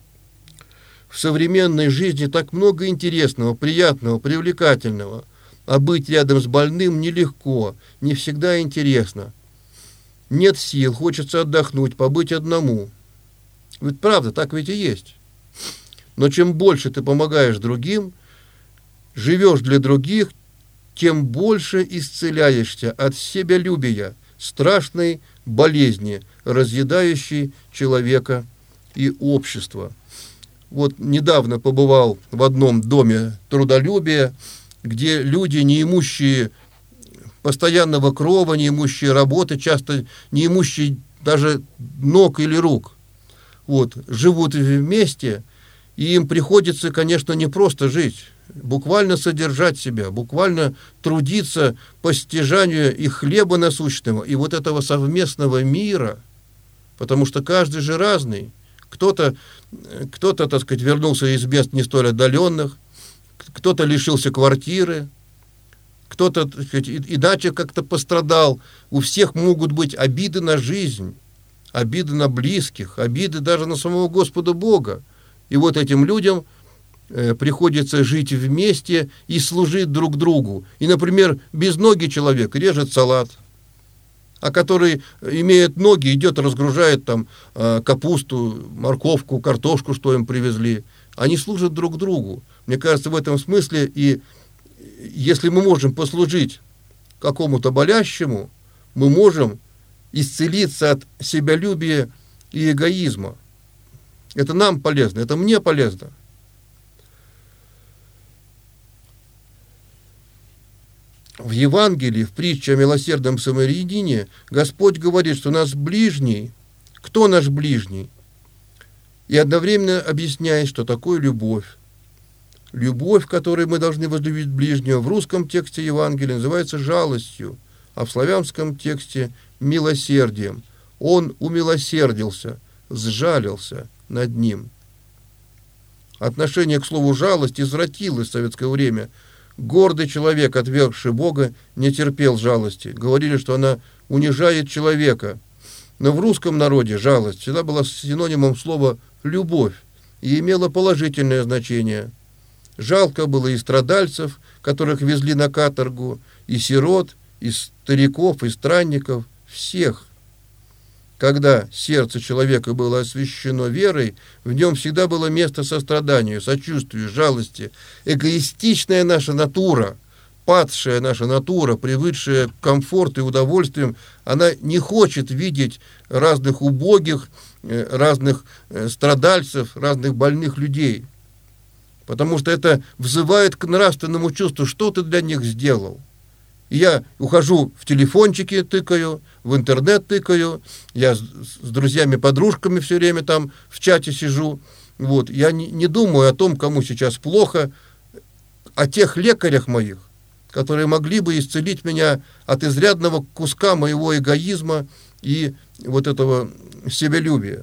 В современной жизни так много интересного, приятного, привлекательного, а быть рядом с больным нелегко, не всегда интересно. Нет сил, хочется отдохнуть, побыть одному. Ведь правда, так ведь и есть. Но чем больше ты помогаешь другим, живешь для других, тем больше исцеляешься от себялюбия, страшной болезни, разъедающей человека и общество. Вот недавно побывал в одном доме трудолюбия, где люди, не имущие постоянного крова, не имущие работы, часто не имущие даже ног или рук, вот, живут вместе, и им приходится, конечно, не просто жить, буквально содержать себя, буквально трудиться по стяжанию и хлеба насущного, и вот этого совместного мира, потому что каждый же разный. Кто-то, так сказать, вернулся из мест не столь отдаленных, кто-то лишился квартиры, кто-то, так сказать, иначе как-то пострадал. У всех могут быть обиды на жизнь, обиды на близких, обиды даже на самого Господа Бога. И вот этим людям приходится жить вместе и служить друг другу. И, например, безногий человек режет салат, а который имеет ноги, идет, разгружает там капусту, морковку, картошку, что им привезли. Они служат друг другу. Мне кажется, в этом смысле, и если мы можем послужить какому-то болящему, мы можем исцелиться от себялюбия и эгоизма. Это нам полезно, это мне полезно. В Евангелии, в притче о милосердном самарянине, Господь говорит, что наш ближний, кто наш ближний? И одновременно объясняет, что такое любовь. Любовь, которой мы должны возлюбить ближнего, в русском тексте Евангелия называется жалостью, а в славянском тексте милосердием. Он умилосердился, сжалился над ним. Отношение к слову «жалость» извратилось в советское время. Гордый человек, отвергший Бога, не терпел жалости. Говорили, что она унижает человека. Но в русском народе жалость всегда была синонимом слова «любовь» и имела положительное значение. Жалко было и страдальцев, которых везли на каторгу, и сирот, и стариков, и странников, всех. Когда сердце человека было освящено верой, в нем всегда было место состраданию, сочувствию, жалости. Эгоистичная наша натура, падшая наша натура, привыкшая к комфорту и удовольствиям, она не хочет видеть разных убогих, разных страдальцев, разных больных людей. Потому что это взывает к нравственному чувству, что ты для них сделал. И я ухожу в телефончики, тыкаю, в интернет тыкаю, я с друзьями, подружками все время там в чате сижу. Вот. Я не думаю о том, кому сейчас плохо, о тех лекарях моих, которые могли бы исцелить меня от изрядного куска моего эгоизма и вот этого себялюбия.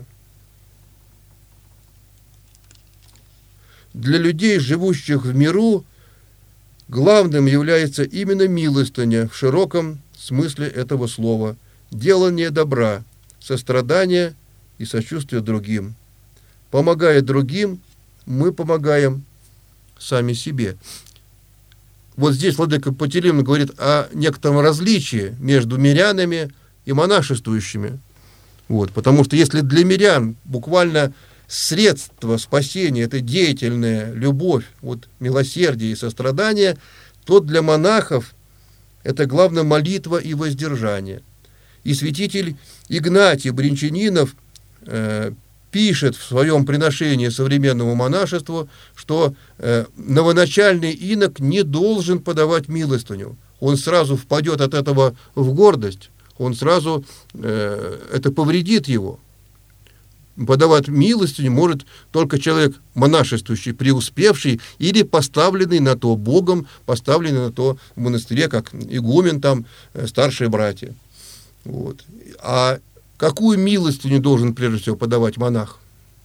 Для людей, живущих в миру, главным является именно милостыня в широком смысле этого слова, делание добра, сострадание и сочувствие другим. Помогая другим, мы помогаем сами себе. Вот здесь владыка Пантелеимон говорит о некотором различии между мирянами и монашествующими. Вот, потому что если для мирян буквально средство спасения – это деятельная любовь, вот, милосердие и сострадание, то для монахов это главное молитва и воздержание. И святитель Игнатий Бринчанинов пишет в своем приношении современному монашеству, что новоначальный инок не должен подавать милостыню. Он сразу впадет от этого в гордость, он сразу, это повредит его. Подавать милостыню может только человек монашествующий, преуспевший или поставленный на то Богом, поставленный на то в монастыре, как игумен, там, старшие братья. Вот. А какую милостыню должен прежде всего подавать монах?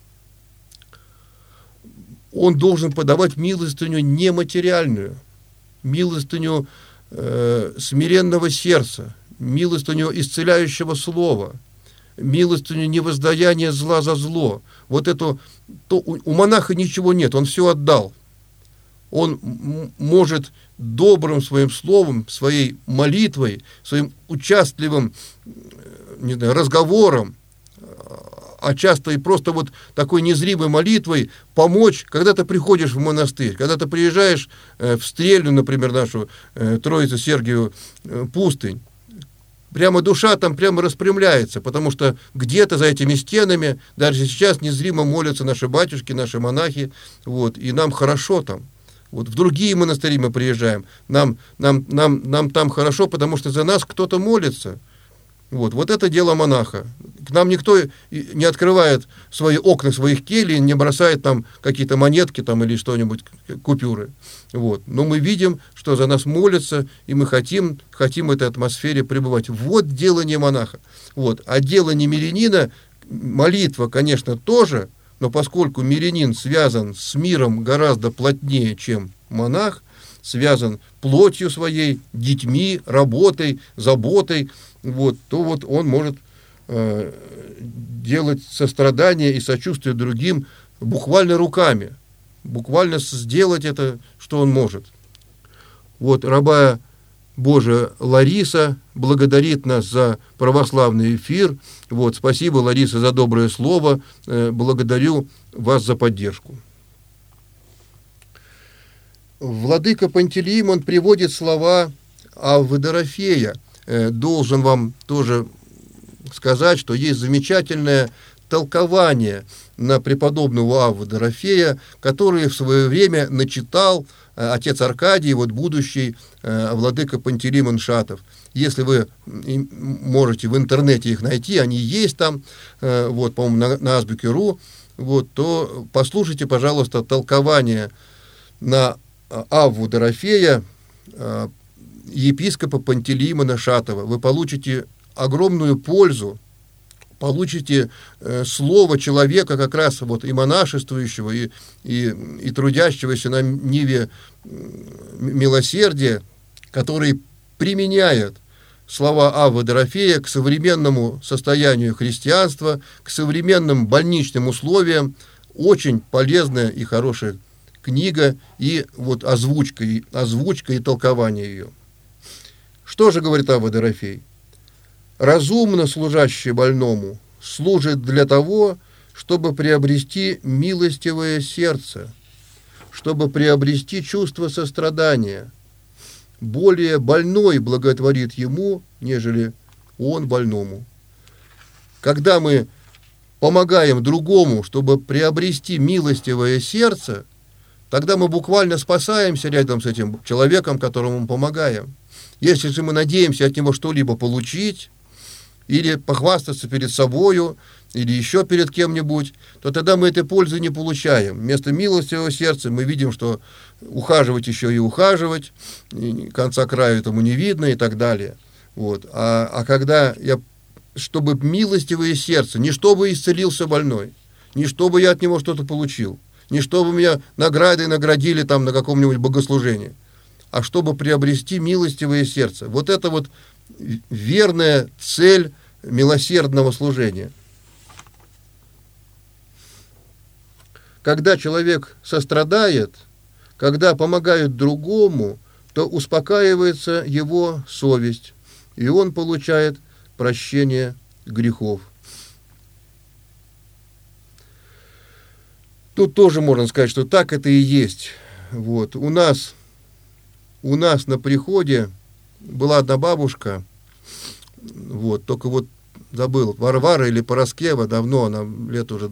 Он должен подавать милостыню нематериальную, милостыню смиренного сердца, милостыню исцеляющего слова, милостыню невоздаяния зла за зло. Вот это, то у монаха ничего нет, он все отдал. Он может добрым своим словом, своей молитвой, своим участливым, не знаю, разговором, а часто и просто вот такой незримой молитвой помочь, когда ты приходишь в монастырь, когда ты приезжаешь в Стрельну, например, нашу Троицу Сергию пустынь. Прямо душа там прямо распрямляется, потому что где-то за этими стенами даже сейчас незримо молятся наши батюшки, наши монахи, вот, и нам хорошо там. Вот в другие монастыри мы приезжаем, нам там хорошо, потому что за нас кто-то молится. Вот это дело монаха. К нам никто не открывает свои окна своих келий, не бросает там какие-то монетки там, или что-нибудь, купюры. Вот. Но мы видим, что за нас молятся, и мы хотим в этой атмосфере пребывать. Вот делание монаха. Вот. А делание мирянина, молитва, конечно, тоже, но поскольку мирянин связан с миром гораздо плотнее, чем монах, связан плотью своей, детьми, работой, заботой, вот, то вот он может делать сострадание и сочувствие другим буквально руками, буквально сделать это, что он может. Вот раба Божия Лариса благодарит нас за православный эфир. Вот, спасибо, Лариса, за доброе слово. Благодарю вас за поддержку. Владыка Пантелеимон приводит слова Аввы Дорофея. Должен вам тоже сказать, что есть замечательное толкование на преподобного Авву Дорофея, который в свое время начитал отец Аркадий, вот будущий владыка Пантелеимон Шатов. Если вы можете в интернете их найти, они есть там, вот, по-моему, на Азбуке.ру, вот, то послушайте, пожалуйста, толкование на Авву Дорофея, епископа Пантелеимона Шатова. Вы получите огромную пользу, получите слово человека, как раз вот и монашествующего, и трудящегося на ниве милосердия, который применяет слова Аввы Дорофея к современному состоянию христианства, к современным больничным условиям. Очень полезная и хорошая книга, и вот озвучка и толкование ее. Что же говорит Авва Дорофей? «Разумно служащий больному служит для того, чтобы приобрести милостивое сердце, чтобы приобрести чувство сострадания. Более больной благотворит ему, нежели он больному». Когда мы помогаем другому, чтобы приобрести милостивое сердце, тогда мы буквально спасаемся рядом с этим человеком, которому мы помогаем. Если же мы надеемся от него что-либо получить, или похвастаться перед собою, или еще перед кем-нибудь, то тогда мы этой пользы не получаем. Вместо милостивого сердца мы видим, что ухаживать еще и ухаживать, и конца краю этому не видно и так далее. Вот. А когда чтобы милостивое сердце, не чтобы исцелился больной, не чтобы я от него что-то получил, не чтобы меня наградой наградили там на каком-нибудь богослужении, а чтобы приобрести милостивое сердце. Вот это вот верная цель милосердного служения. Когда человек сострадает, когда помогает другому, то успокаивается его совесть, и он получает прощение грехов. Тут тоже можно сказать, что так это и есть. Вот. У нас на приходе была одна бабушка, вот, только вот забыл, Варвара или Пороскева, давно, она лет уже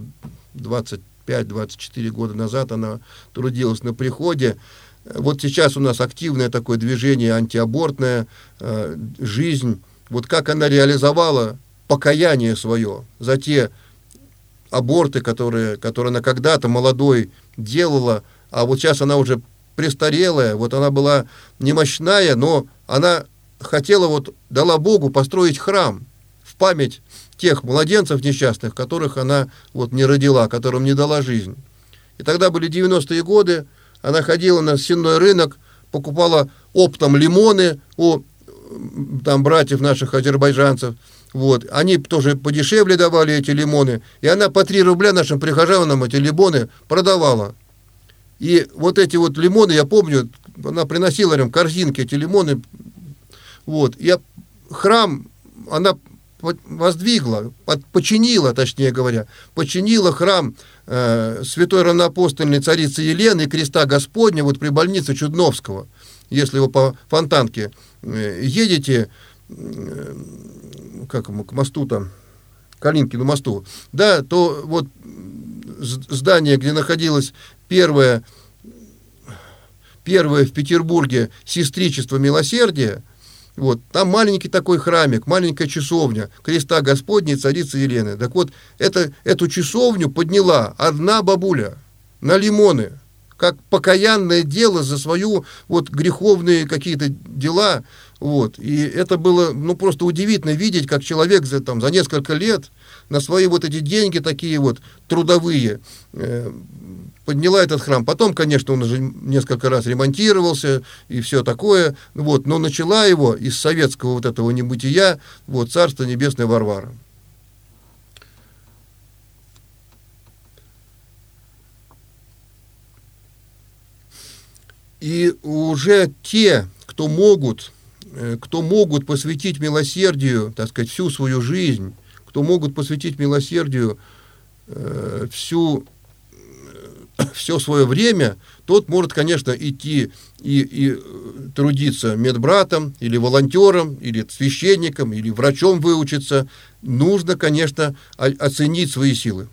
25-24 года назад она трудилась на приходе. Вот сейчас у нас активное такое движение антиабортное, жизнь. Вот как она реализовала покаяние свое за те аборты, которые она когда-то молодой делала, а вот сейчас она уже престарелая, вот она была немощная, но она хотела, вот дала Богу построить храм в память тех младенцев несчастных, которых она вот не родила, которым не дала жизнь. И тогда были 90-е годы, она ходила на сенной рынок, покупала оптом лимоны у там братьев наших азербайджанцев, вот, они тоже подешевле давали эти лимоны, и она по 3 рубля нашим прихожанам эти лимоны продавала. И вот эти вот лимоны, я помню, она приносила им корзинки, эти лимоны, вот, и храм она воздвигла, починила, точнее говоря, починила храм святой равноапостольной царицы Елены и креста Господня вот при больнице Чудновского. Если вы по Фонтанке едете, к мосту там, Калинкину мосту, да, то вот здание, где находилось первое в Петербурге сестричество милосердия, вот, там маленький такой храмик, маленькая часовня креста Господней царицы Елены. Так вот, эту часовню подняла одна бабуля на лимоны, как покаянное дело за свою вот греховные какие-то дела. Вот. И это было просто удивительно видеть, как человек за несколько лет на свои вот эти деньги такие вот трудовые подняла этот храм. Потом, конечно, он уже несколько раз ремонтировался и все такое, вот, но начала его из советского вот этого небытия, вот, Царство Небесное Варвара. И уже те, кто могут посвятить милосердию, так сказать, всю свою жизнь, кто могут посвятить милосердию все свое время, тот может, конечно, идти и трудиться медбратом, или волонтером, или священником, или врачом выучиться. Нужно, конечно, оценить свои силы.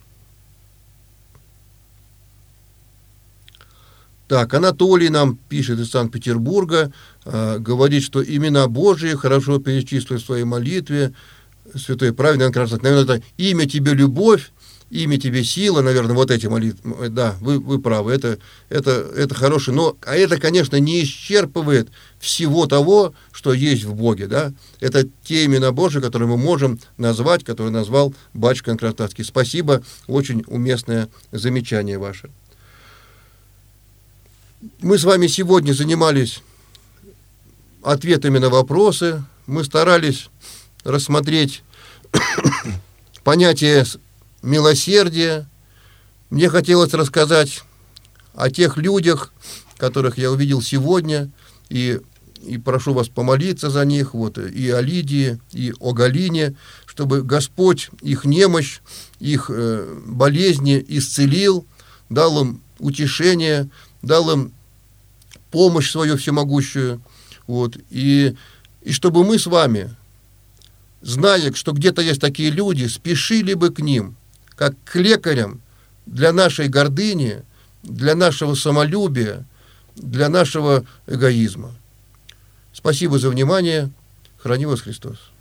Так, Анатолий нам пишет из Санкт-Петербурга, говорит, что имена Божии хорошо перечислили в своей молитве. Святой праведный, наверное, это имя тебе любовь, имя тебе сила, наверное, вот эти молитвы. Да, вы правы, это хорошее. Но это, конечно, не исчерпывает всего того, что есть в Боге. Да? Это те имена Божии, которые мы можем назвать, которые назвал батюшка Кронштадтский. Спасибо, очень уместное замечание ваше. Мы с вами сегодня занимались ответами на вопросы. Мы старались рассмотреть понятие милосердия. Мне хотелось рассказать о тех людях, которых я увидел сегодня, и прошу вас помолиться за них, вот, и о Лидии, и о Галине, чтобы Господь их немощь, их болезни исцелил, дал им утешение, дал им помощь свою всемогущую, вот, и чтобы мы с вами, зная, что где-то есть такие люди, спешили бы к ним, как к лекарям для нашей гордыни, для нашего самолюбия, для нашего эгоизма. Спасибо за внимание. Храни вас Христос.